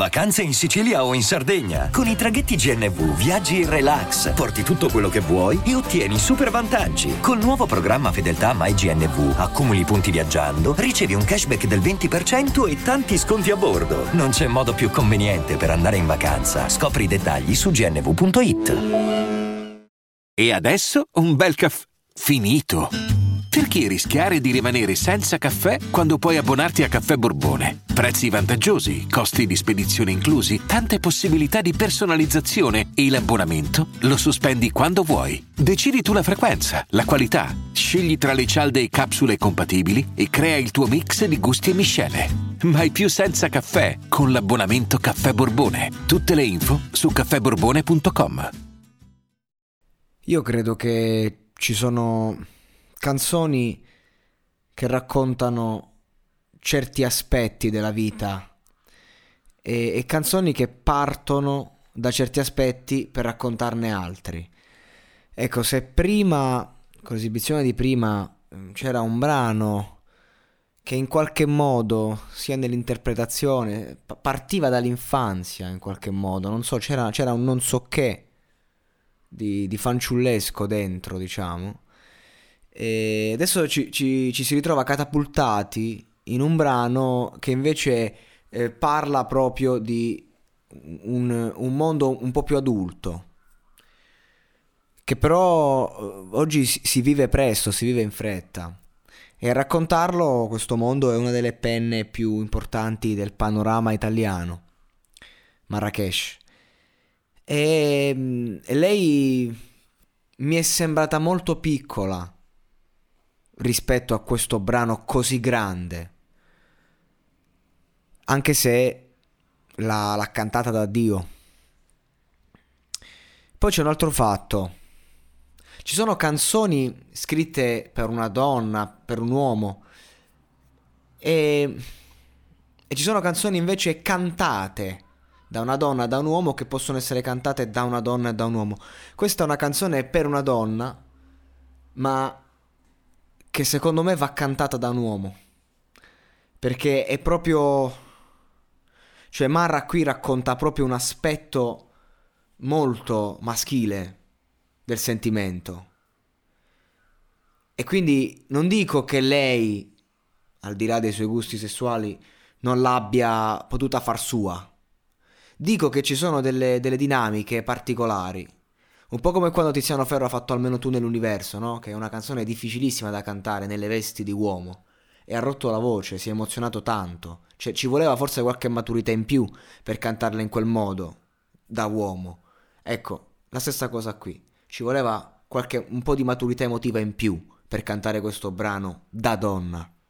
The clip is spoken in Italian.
Vacanze in Sicilia o in Sardegna. Con i traghetti GNV viaggi in relax, porti tutto quello che vuoi e ottieni super vantaggi. Col nuovo programma Fedeltà MyGNV accumuli punti viaggiando, ricevi un cashback del 20% e tanti sconti a bordo. Non c'è modo più conveniente per andare in vacanza. Scopri i dettagli su gnv.it. E adesso un bel caffè finito. Perché rischiare di rimanere senza caffè quando puoi abbonarti a Caffè Borbone? Prezzi vantaggiosi, costi di spedizione inclusi, tante possibilità di personalizzazione e l'abbonamento lo sospendi quando vuoi. Decidi tu la frequenza, la qualità, scegli tra le cialde e capsule compatibili e crea il tuo mix di gusti e miscele. Mai più senza caffè con l'abbonamento Caffè Borbone. Tutte le info su caffèborbone.com. Io credo che ci sono canzoni che raccontano certi aspetti della vita e canzoni che partono da certi aspetti per raccontarne altri. Ecco, se prima, con l'esibizione di prima, c'era un brano che in qualche modo, sia nell'interpretazione, partiva dall'infanzia in qualche modo, non so, c'era un non so che di fanciullesco dentro, diciamo. E adesso ci si ritrova catapultati in un brano che invece parla proprio di un mondo un po' più adulto, che però oggi si vive presto, si vive in fretta, e a raccontarlo questo mondo è una delle penne più importanti del panorama italiano, Marracash. E lei mi è sembrata molto piccola rispetto a questo brano così grande, anche se l'ha cantata da Dio. Poi c'è un altro fatto: ci sono canzoni scritte per una donna, per un uomo, e ci sono canzoni invece cantate da una donna, da un uomo, che possono essere cantate da una donna e da un uomo. Questa è una canzone per una donna, ma che secondo me va cantata da un uomo, perché è proprio, cioè Marra qui racconta proprio un aspetto molto maschile del sentimento, e quindi non dico che lei, al di là dei suoi gusti sessuali, non l'abbia potuta far sua. Dico che ci sono delle dinamiche particolari, un po' come quando Tiziano Ferro ha fatto Almeno tu nell'universo, no? Che è una canzone difficilissima da cantare nelle vesti di uomo, e ha rotto la voce, si è emozionato tanto, cioè ci voleva forse qualche maturità in più per cantarla in quel modo da uomo. Ecco, la stessa cosa qui, ci voleva un po' di maturità emotiva in più per cantare questo brano da donna.